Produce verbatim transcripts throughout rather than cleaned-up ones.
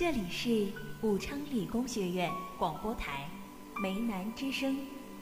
这里是武昌理工学院广播台梅南之声。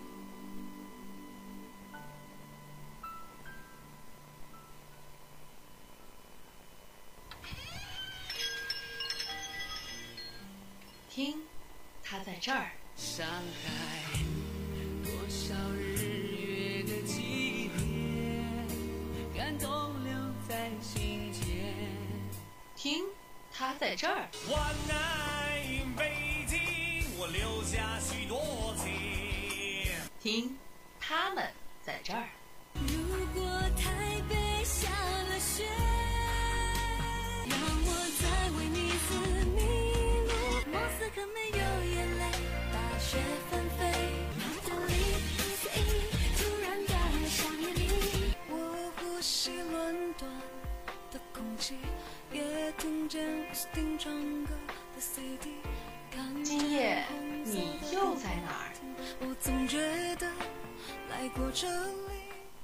听，他在这儿。 上海多少日月的季节，感动留在心间。 听，他在这儿。 我爱北京，我留下许多情。 听，他们在这儿。 如果台北下了雪，让我再为你自迷路。莫斯科没有眼泪，大雪纷飞，马德里突然的想念你。我呼吸伦敦的空气，也听见奥斯汀唱歌的 C D。 今夜你又在哪儿？ 我总觉得来过这里。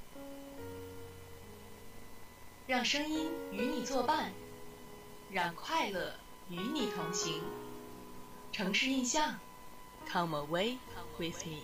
让声音与你作伴，让快乐与你同行。城市印象 Come away with me。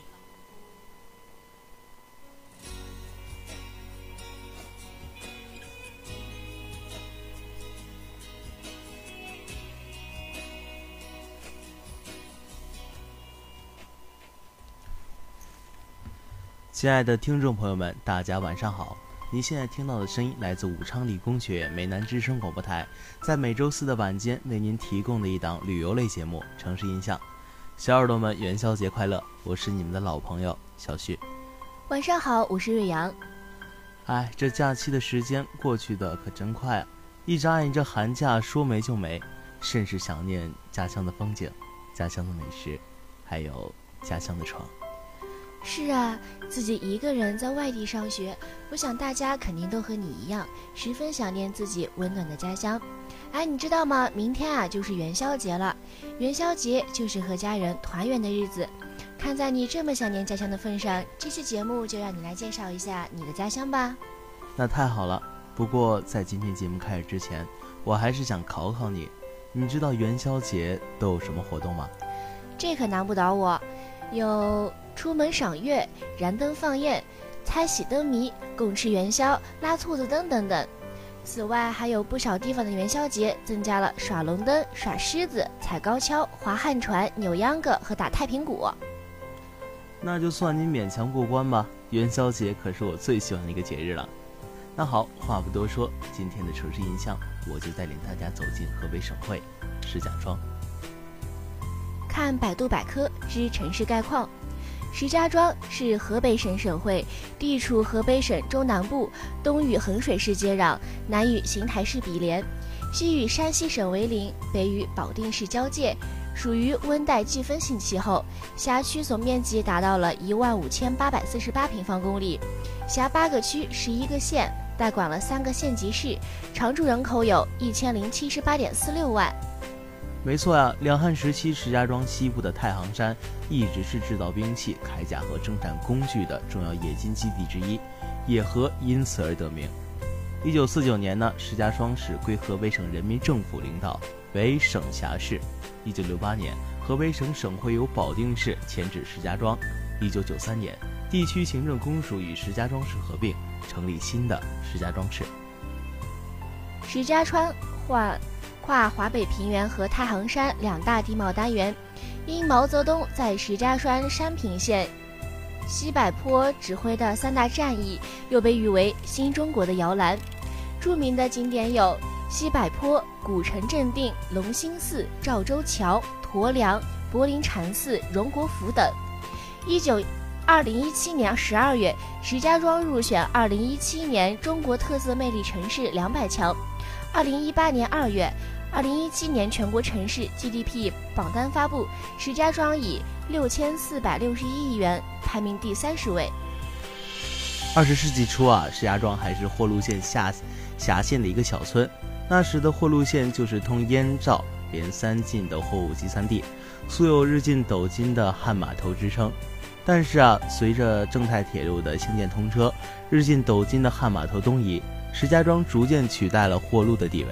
亲爱的听众朋友们，大家晚上好。您现在听到的声音来自武昌理工学院梅南之声广播台，在每周四的晚间为您提供的一档旅游类节目《城市印象》。小耳朵们，元宵节快乐！我是你们的老朋友小旭。 晚上好，我是瑞阳。 哎，这假期的时间过去的可真快啊！一眨眼，这寒假说没就没，甚是想念家乡的风景、家乡的美食，还有家乡的床。 是啊，自己一个人在外地上学，我想大家肯定都和你一样，十分想念自己温暖的家乡。哎，你知道吗？明天啊就是元宵节了。元宵节就是和家人团圆的日子。看在你这么想念家乡的份上，这期节目就让你来介绍一下你的家乡吧。 那太好了。不过在今天节目开始之前，我还是想考考你，你知道元宵节都有什么活动吗？ 这可难不倒我。有出门赏月、燃灯放焰、猜喜灯谜、共吃元宵、拉兔子灯等等。此外，还有不少地方的元宵节增加了耍龙灯、耍狮子、踩高跷、划旱船、扭秧歌和打太平鼓。 那就算你勉强过关吧。元宵节可是我最喜欢的一个节日了。那好，话不多说，今天的城市印象，我就带领大家走进河北省会石家庄。 看百度百科之城市概况。石家庄是河北省省会，地处河北省中南部，东与衡水市接壤，南与邢台市毗连，西与山西省为邻，北与保定市交界，属于温带季风性气候。辖区总面积达到了一万五千八百四十八平方公里，辖八个区、十一个县，代管了三个县级市，常住人口有一千零七十八点四六万。 没错呀、啊，两汉时期石家庄西部的太行山一直是制造兵器、铠甲和征战工具的重要冶金基地之一，野河因此而得名。一九四九年呢，石家庄市归河北省人民政府领导，为省辖市。一九六八年，河北省省会由保定市迁至石家庄。一九九三年，地区行政公署与石家庄市合并，成立新的石家庄市。 石家庄划跨华北平原和太行山两大地貌单元，因毛泽东在石家庄山平县西柏坡指挥的三大战役，又被誉为新中国的摇篮。著名的景点有西柏坡、古城镇定、隆兴寺、赵州桥、驼梁、柏林禅寺、荣国府等。一九二零一七年十二月，石家庄入选二零一七年中国特色魅力城市两百强。二零一八年二月，二零一七年全国城市 G D P 榜单发布，石家庄以六千四百六十一亿元排名第三十位。 二十世纪初啊，石家庄还是霍路县下辖县的一个小村。那时的霍路县就是通燕赵连三晋的货物集散地，素有日进斗金的汉码头之称。但是啊，随着郑太铁路的兴建通车，日进斗金的汉码头东移，石家庄逐渐取代了霍路的地位。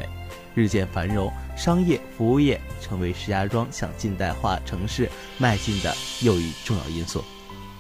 日渐繁荣，商业、服务业成为石家庄向近代化城市迈进的又一重要因素。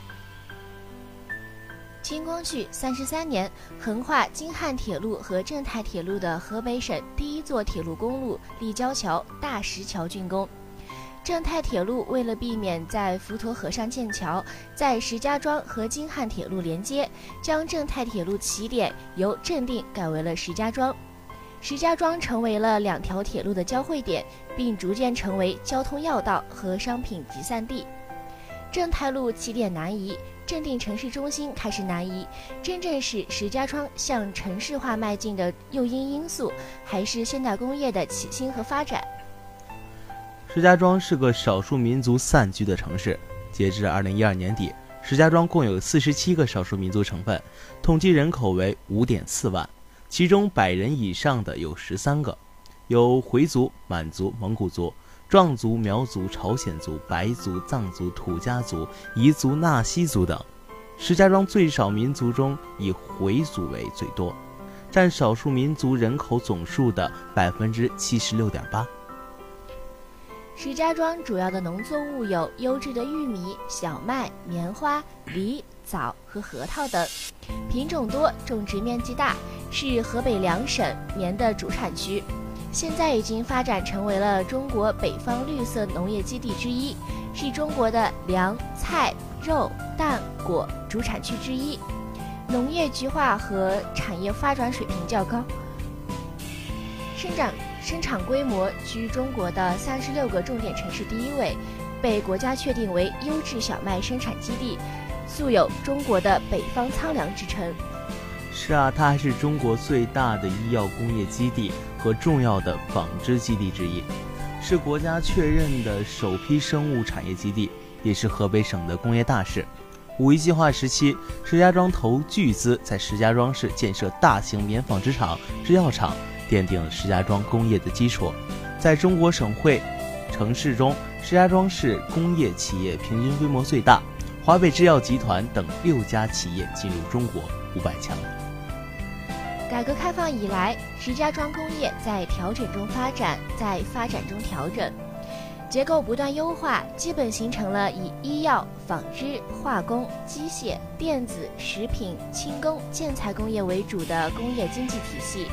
清光绪三十三年，横跨京汉铁路和郑太铁路的河北省第一座铁路公路立交桥大石桥竣工。郑太铁路为了避免在滹沱河上建桥，在石家庄和京汉铁路连接，将郑太铁路起点由正定改为了石家庄。石家庄成为了两条铁路的交汇点，并逐渐成为交通要道和商品集散地。郑太路起点南移，正定城市中心开始南移，真正是石家庄向城市化迈进的诱因因素，还是现代工业的起兴和发展？ 石家庄是个少数民族散居的城市，截至二零一二年底，石家庄共有四十七个少数民族成分，统计人口为五点四万，其中百人以上的有十三个，有回族、满族、蒙古族、壮族、苗族、朝鲜族、白族、藏族、土家族、彝族、纳西族等。石家庄最少民族中以回族为最多，占少数民族人口总数的百分之七十六点八。 石家庄主要的农作物有优质的玉米、小麦、棉花、梨、枣和核桃等，品种多，种植面积大，是河北两省棉的主产区。现在已经发展成为了中国北方绿色农业基地之一，是中国的粮、菜、肉、蛋、果主产区之一，农业局化和产业发展水平较高，生长生产规模居中国的三十六个重点城市第一位，被国家确定为优质小麦生产基地，素有中国的北方苍凉之称。 是啊，它还是中国最大的医药工业基地和重要的纺织基地之一，是国家确认的首批生物产业基地，也是河北省的工业大市。五一计划时期，石家庄投巨资在石家庄市建设大型棉纺织厂、制药厂，奠定了石家庄工业的基础。在中国省会城市中，石家庄市工业企业平均规模最大，华北制药集团等六家企业进入中国五百强。 改革开放以来，石家庄工业在调整中发展，在发展中调整，结构不断优化，基本形成了以医药、纺织、化工、机械、电子、食品、轻工、建材工业为主的工业经济体系。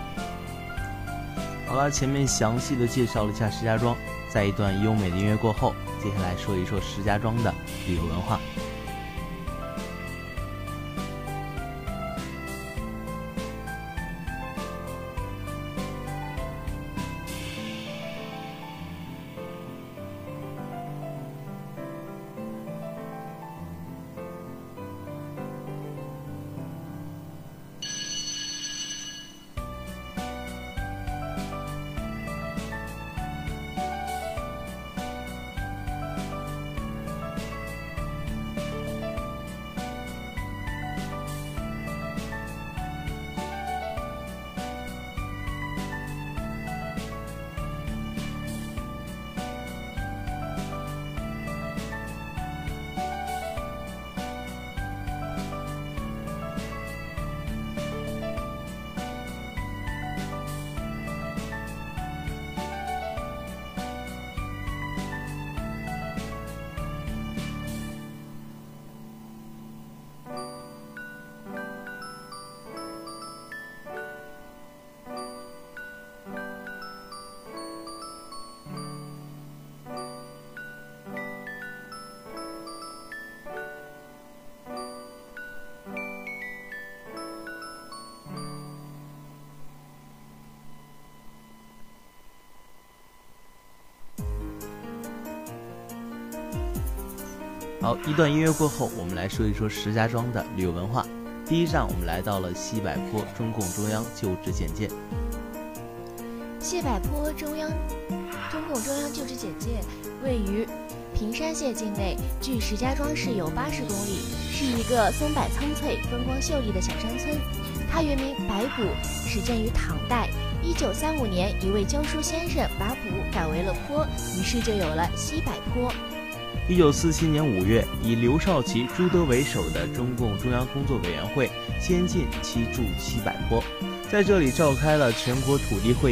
好了，前面详细的介绍了一下石家庄，在一段优美的音乐过后，接下来说一说石家庄的旅游文化。好，一段音乐过后，我们来说一说石家庄的旅游文化。第一站，我们来到了西柏坡中共中央就职简介。 西柏坡中央中共中央就职简介位于平山县境内，距石家庄市有八十公里，是一个松柏苍翠、风光秀丽的小山村。它原名柏圃，始建于唐代。一九三五年，一位教书先生把圃改为了坡，于是就有了西柏坡。 一九四七年五月，以刘少奇、朱德为首的中共中央工作委员会先进其驻西柏坡，在这里召开了全国土地会议，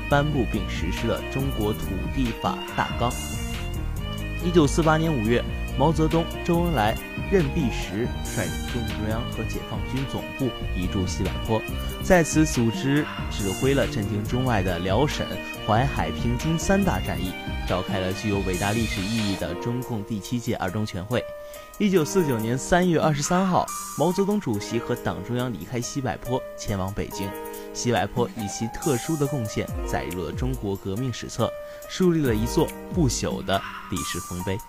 颁布并实施了中国土地法大纲。一九四八年五月，毛泽东、周恩来、任弼时率领中共中央和解放军总部移驻西柏坡，在此组织指挥了震惊中外的辽沈、淮海、平津三大战役，召开了具有伟大历史意义的中共第七届二中全会。一九四九年三月二十三号，毛泽东主席和党中央离开西柏坡，前往北京。西柏坡以其特殊的贡献载入了中国革命史册，树立了一座不朽的历史丰碑。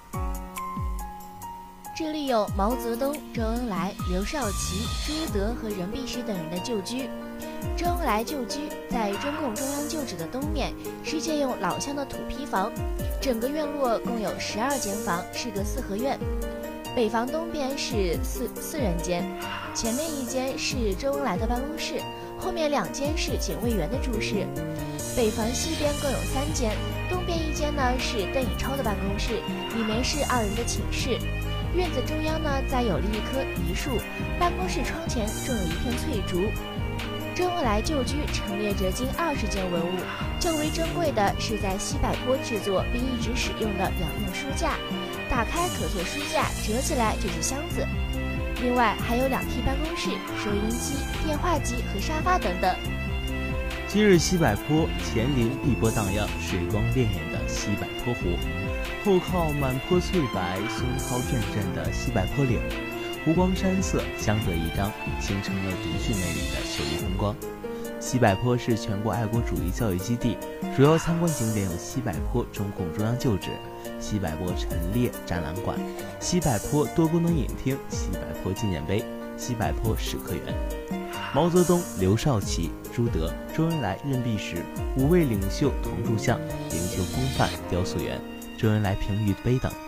这里有毛泽东、周恩来、刘少奇、朱德和任弼时等人的旧居。周恩来旧居在中共中央旧址的东面，是借用老乡的土坯房，整个院落共有十二间房，是个四合院。北房东边是四四人间，前面一间是周恩来的办公室，后面两间是警卫员的住室。北房西边各有三间，东边一间呢是邓颖超的办公室，里面是二人的寝室。院子中央呢再有立一棵梨树，办公室窗前种有一片翠竹。周恩来旧居陈列着近二十件文物，较为珍贵的是在西柏坡制作并一直使用的两用书架，打开可做书架，折起来就是箱子。另外还有两屉办公室、收音机、电话机和沙发等等。 今日西柏坡前临碧波荡漾、水光潋滟的西柏坡湖，后靠满坡翠白、松涛阵阵的西柏坡岭，湖光山色相得益彰，形成了独具魅力的秀丽风光。西柏坡是全国爱国主义教育基地，主要参观景点有西柏坡中共中央旧址、西柏坡陈列展览馆、西柏坡多功能影厅、西柏坡纪念碑、西柏坡史克园。毛泽东、刘少奇、朱德、周恩来、任弼时五位领袖铜铸像、灵柩风范雕塑园、周恩来评语碑等。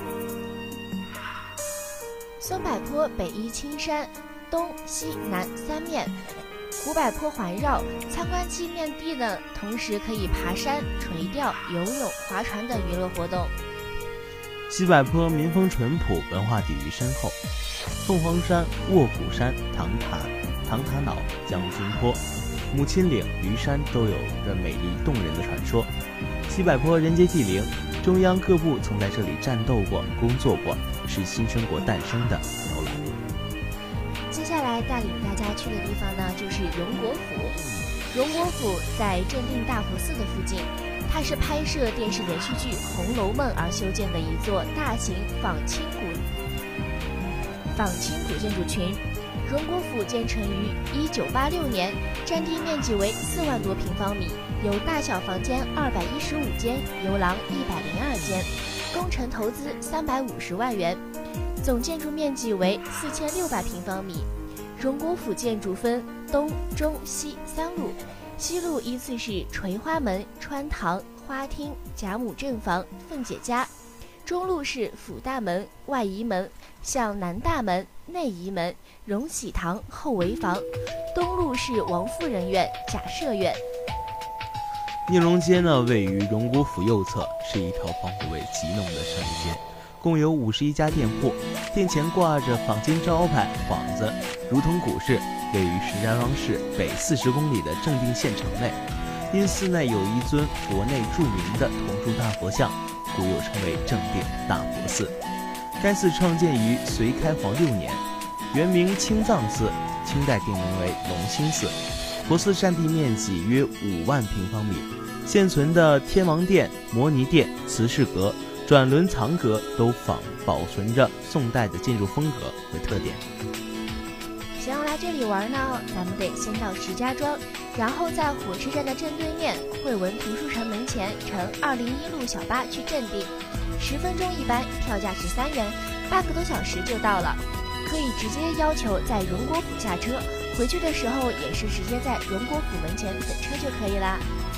松柏坡北依青山，东西南三面，湖柏坡环绕。参观期面地呢，同时可以爬山、垂钓、游泳、划船等娱乐活动。 西柏坡民风淳朴，文化底蕴深厚。凤凰山、卧虎山、唐塔、唐塔脑、将军坡、母亲岭、驴山都有着美丽动人的传说。西柏坡人杰地灵，中央各部曾在这里战斗过、工作过，是新中国诞生的摇篮。 接下来带领大家去的地方呢，就是荣国府。荣国府在正定大佛寺的附近，它是拍摄电视连续剧《红楼梦》而修建的一座大型仿清古仿清古建筑群。荣国府建成于一九八六年，占地面积为四万多平方米，有大小房间二百一十五间，游廊一百零二间，工程投资三百五十万元，总建筑面积为四千六百平方米。荣国府建筑分东、中、西三路，西路依次是垂花门、穿堂、花厅、贾母正房、凤姐家；中路是辅大门、外仪门、向南大门、内仪门、荣禧堂、后围房；东路是王夫人院、贾赦院。 宁荣街呢，位于荣国府右侧，是一条防腐味极浓的商业街，共有五十一家店铺，店前挂着坊间招牌幌子，如同股市，位于石家庄市北四十公里的正定县城内。因寺内有一尊国内著名的铜铸大佛像，故又称为正定大佛寺。该寺创建于隋开皇六年，原名清藏寺，清代定名为隆兴寺。佛寺占地面积约五万平方米，现存的天王殿、摩尼殿、慈氏阁、转轮藏阁都仿保存着宋代的建筑风格和特点。 想要来这里玩呢，咱们得先到石家庄，然后在火车站的正对面惠文图书城门前乘二零一路小巴去正定，十分钟一班，票价是三元，八个多小时就到了。可以直接要求在荣国府下车，回去的时候也是直接在荣国府门前等车就可以啦。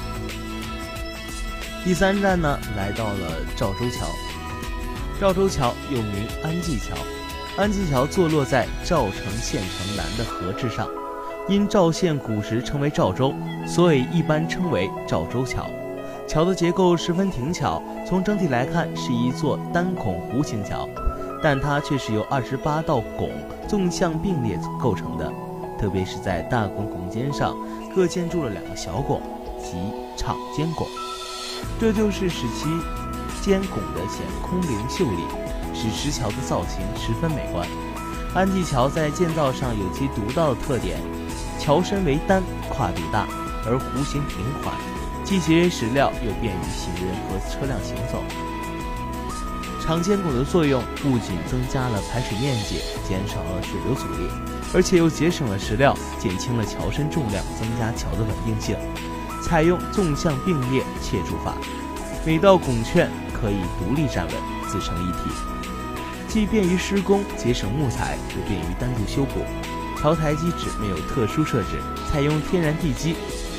第三站呢，来到了赵州桥。赵州桥又名安济桥，安济桥坐落在赵城县城南的河治上，因赵县古时称为赵州，所以一般称为赵州桥。桥的结构十分挺巧，从整体来看是一座单孔弧形桥，但它却是由二十八道拱纵向并列构成的，特别是在大拱拱尖上各建筑了两个小拱， 及场间拱，这就是使其尖拱的显空灵秀丽，使石桥的造型十分美观。安济桥在建造上有其独到的特点，桥身为单，跨度大，而弧形平缓，既节约石料，又便于行人和车辆行走。场间拱的作用不仅增加了排水面积，减少了水流阻力，而且又节省了石料，减轻了桥身重量，增加桥的稳定性。采用纵向并列切筑法，每道拱券可以独立站稳，自成一体，既便于施工，节省木材，又便于单独修补。桥台基址没有特殊设置，采用天然地基。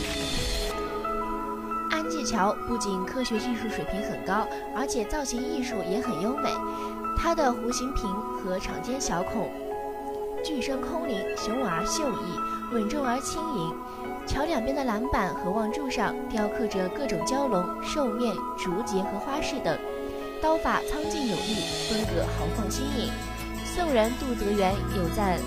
安济桥不仅科学技术水平很高，而且造型艺术也很优美。它的弧形屏和场间小孔具身空灵，雄伟而秀逸，稳重而轻盈。桥两边的栏板和望柱上雕刻着各种蛟龙、兽面、竹节和花式等，刀法苍劲有力，风格豪放新颖。宋人杜泽元有赞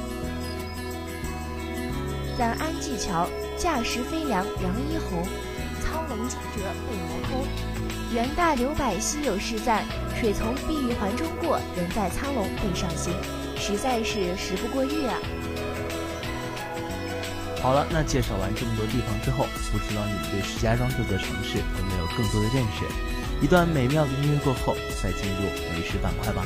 赞安济桥驾石飞梁，梁一红，苍龙锦折背摩空。元大刘百稀有诗赞：水从碧玉环中过，人在苍龙背上行，实在是时不过日啊。 好了，那介绍完这么多地方之后，不知道你们对石家庄这座城市有没有更多的认识？一段美妙的音乐过后，再进入美食板块吧。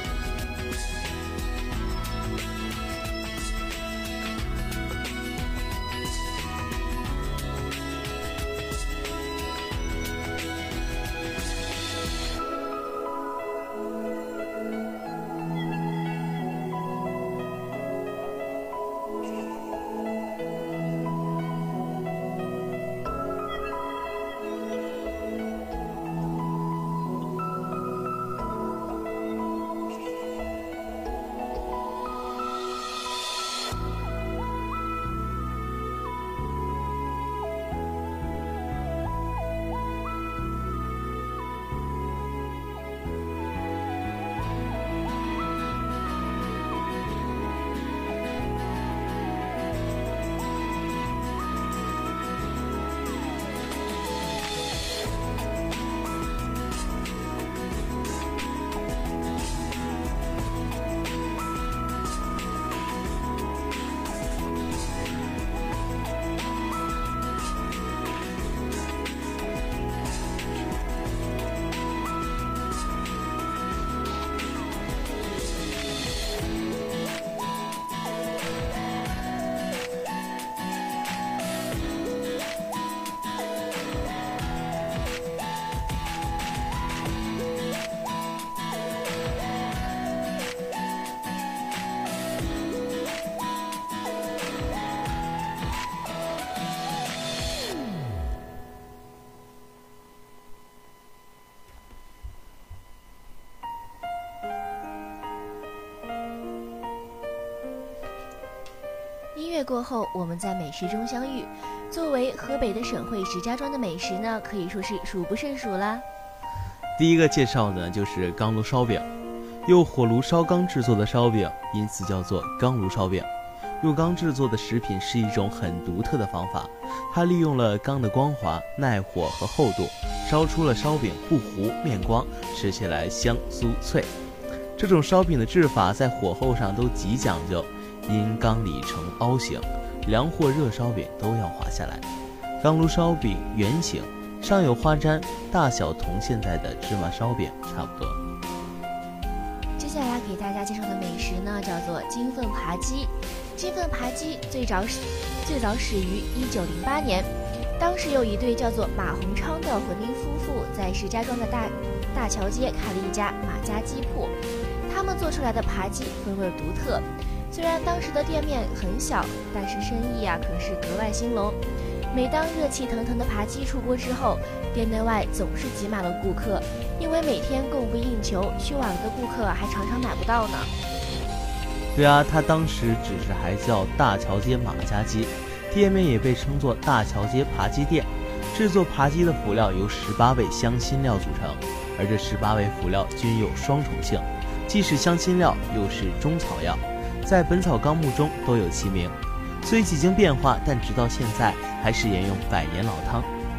音乐过后，我们在美食中相遇。作为河北的省会石家庄的美食呢，可以说是数不胜数啦。 第一个介绍的就是钢炉烧饼，用火炉烧钢制作的烧饼，因此叫做钢炉烧饼。用钢制作的食品是一种很独特的方法，它利用了钢的光滑、耐火和厚度，烧出了烧饼不糊面光，吃起来香酥脆。这种烧饼的制法在火候上都极讲究，因钢里呈凹形，凉或热烧饼都要滑下来。钢炉烧饼圆形，上有花毡，大小同现在的芝麻烧饼差不多。 接下来给大家介绍的美食呢，叫做金凤扒鸡。金凤扒鸡最早最早始于一九零八年，当时有一对叫做马洪昌的回民夫妇在石家庄的大大桥街开了一家马家鸡铺，他们做出来的扒鸡风味独特。虽然当时的店面很小，但是生意啊可是格外兴隆。每当热气腾腾的扒鸡出锅之后，店内外总是挤满了顾客，因为每天供不应求，去晚了的顾客还常常买不到呢。 对啊，他当时只是还叫大桥街马家鸡，店面也被称作大桥街扒鸡店。制作扒鸡的辅料由十八味香辛料组成，而这十八味辅料均有双重性，既是香辛料又是中草药，在《本草纲目》中都有其名。虽几经变化，但直到现在还是沿用百年老汤。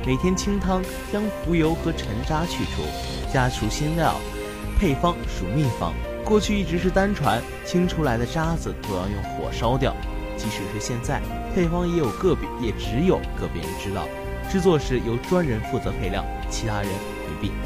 每天清汤，将浮油和沉渣去除，加除新料，配方属秘方。过去一直是单传，清出来的渣子都要用火烧掉。即使是现在，配方也有个别，也只有个别人知道。制作时由专人负责配料，其他人回避。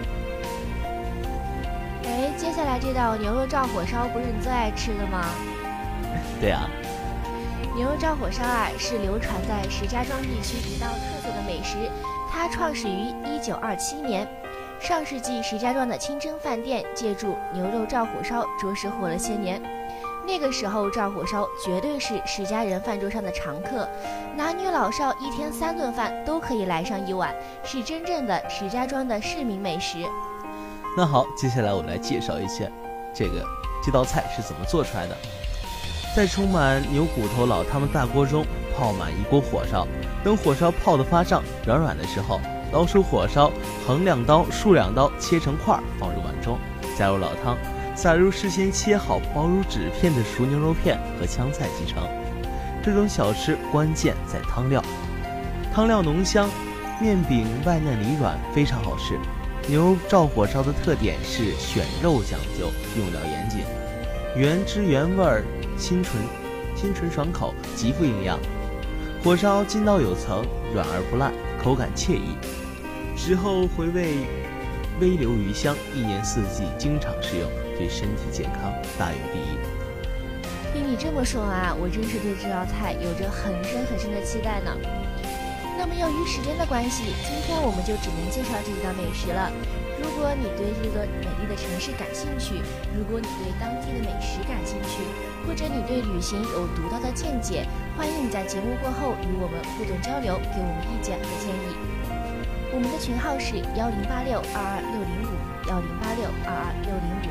哎，接下来这道牛肉照火烧不是你最爱吃的吗？ 对啊。 牛肉照火烧啊，是流传在石家庄地区一道特色的美食。它创始于一九二七年，上世纪石家庄的清真饭店借助牛肉照火烧着实火了些年。那个时候照火烧绝对是石家人饭桌上的常客，男女老少一天三顿饭都可以来上一碗，是真正的石家庄的市民美食。 那好，接下来我来介绍一下这个这道菜是怎么做出来的。在充满牛骨头老汤的大锅中泡满一锅火烧，等火烧泡得发胀软软的时候，捞出火烧，横两刀竖两刀切成块，放入碗中，加入老汤，撒入事先切好薄如纸片的熟牛肉片和香菜即成。这种小吃关键在汤料，汤料浓香，面饼外嫩里软，非常好吃。牛肉照火烧的特点是选肉讲究，用料严谨，原汁原味儿，清纯清纯爽口，极富营养。火烧筋道有层，软而不烂，口感惬意。之后回味微流余香，一年四季经常食用，对身体健康大有裨益。 听你这么说啊，我真是对这道菜有着很深很深的期待呢。那么由于时间的关系，今天我们就只能介绍这一道美食了。如果你对这座美丽的城市感兴趣，如果你对当地的美食感兴趣，或者你对旅行有独到的见解，欢迎你在节目过后与我们互动交流，给我们意见和建议。我们的群号是幺零八六二二六零五幺零八六二二六零五。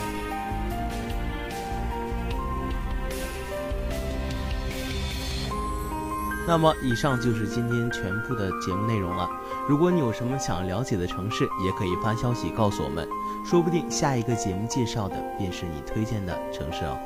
那么以上就是今天全部的节目内容了。如果你有什么想了解的城市，也可以发消息告诉我们，说不定下一个节目介绍的便是你推荐的城市哦。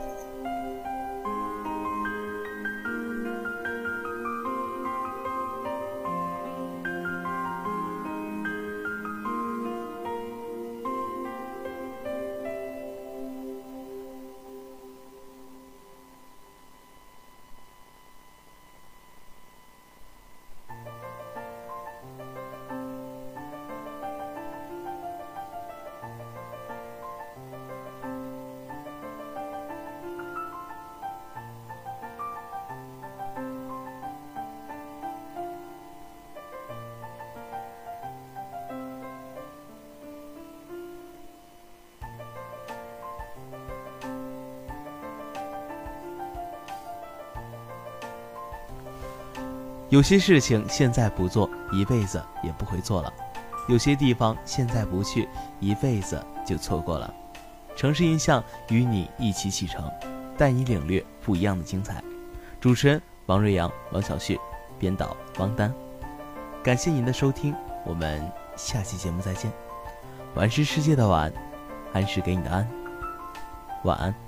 有些事情现在不做，一辈子也不会做了；有些地方现在不去，一辈子就错过了。城市印象与你一起启程，带你领略不一样的精彩。主持人王瑞阳、王小旭，编导王丹。感谢您的收听，我们下期节目再见。晚是世界的晚，安是给你的安，晚安。